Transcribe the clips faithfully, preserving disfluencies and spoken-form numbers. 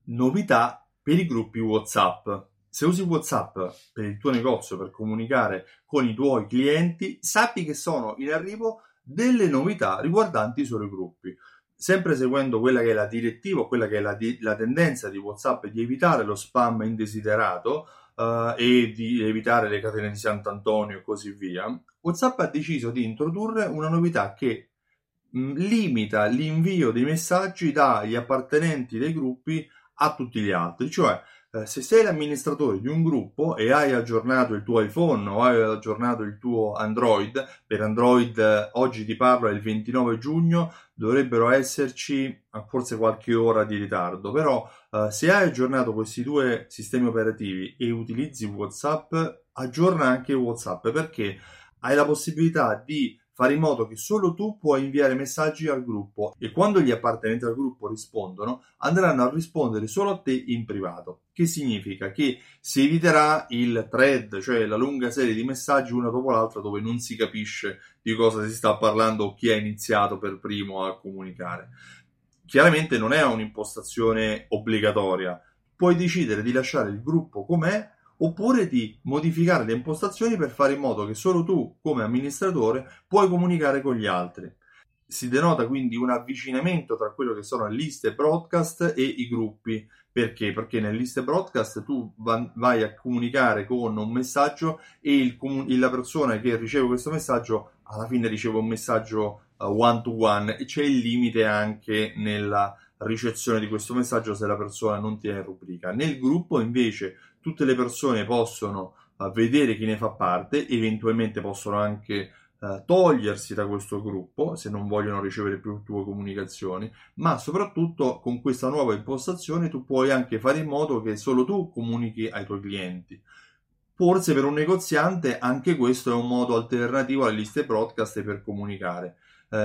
Novità per i gruppi WhatsApp. Se usi WhatsApp per il tuo negozio, per comunicare con i tuoi clienti, sappi che sono in arrivo delle novità riguardanti i suoi gruppi. Sempre seguendo quella che è la direttiva, quella che è la, di- la tendenza di WhatsApp di evitare lo spam indesiderato eh, e di evitare le catene di Sant'Antonio e così via, WhatsApp ha deciso di introdurre una novità che mh, limita l'invio dei messaggi dagli appartenenti dei gruppi a tutti gli altri. Cioè, eh, se sei l'amministratore di un gruppo e hai aggiornato il tuo iPhone o hai aggiornato il tuo Android, per Android eh, oggi ti parlo è il ventinove giugno, dovrebbero esserci eh, forse qualche ora di ritardo, però eh, se hai aggiornato questi due sistemi operativi e utilizzi WhatsApp, aggiorna anche WhatsApp, perché hai la possibilità di fare in modo che solo tu puoi inviare messaggi al gruppo e quando gli appartenenti al gruppo rispondono andranno a rispondere solo a te in privato. Che significa che si eviterà il thread, cioè la lunga serie di messaggi una dopo l'altra dove non si capisce di cosa si sta parlando o chi ha iniziato per primo a comunicare. Chiaramente non è un'impostazione obbligatoria, puoi decidere di lasciare il gruppo com'è oppure di modificare le impostazioni per fare in modo che solo tu, come amministratore, puoi comunicare con gli altri. Si denota quindi un avvicinamento tra quello che sono le liste broadcast e i gruppi. Perché? Perché nelle liste broadcast tu vai a comunicare con un messaggio e il, la persona che riceve questo messaggio alla fine riceve un messaggio one to one e c'è il limite anche nella ricezione di questo messaggio se la persona non tiene rubrica. Nel gruppo invece tutte le persone possono uh, vedere chi ne fa parte, eventualmente possono anche uh, togliersi da questo gruppo se non vogliono ricevere più tue comunicazioni, ma soprattutto con questa nuova impostazione tu puoi anche fare in modo che solo tu comunichi ai tuoi clienti. Forse per un negoziante anche questo è un modo alternativo alle liste broadcast per comunicare.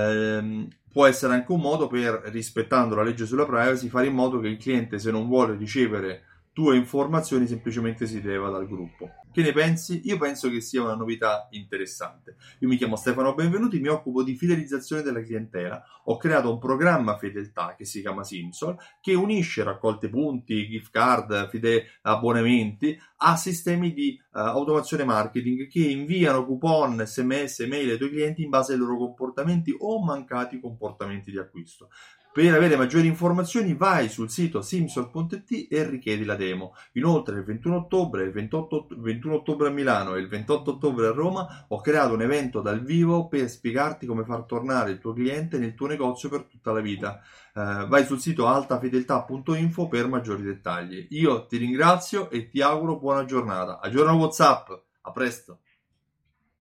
Eh, può essere anche un modo per, rispettando la legge sulla privacy, fare in modo che il cliente, se non vuole ricevere tue informazioni, semplicemente si leva dal gruppo. Che ne pensi? Io penso che sia una novità interessante. Io mi chiamo Stefano Benvenuti, mi occupo di fidelizzazione della clientela. Ho creato un programma fedeltà che si chiama Simsol, che unisce raccolte punti, gift card, fide, abbonamenti a sistemi di uh, automazione marketing che inviano coupon, sms, mail ai tuoi clienti in base ai loro comportamenti o mancati comportamenti di acquisto. Per avere maggiori informazioni vai sul sito simsol punto it e richiedi la demo. Inoltre il ventuno ottobre, il ventotto, ventuno ottobre a Milano e il ventotto ottobre a Roma ho creato un evento dal vivo per spiegarti come far tornare il tuo cliente nel tuo negozio per tutta la vita. Uh, vai sul sito altafedeltà punto info per maggiori dettagli. Io ti ringrazio e ti auguro buona giornata. Aggiorna WhatsApp, a presto!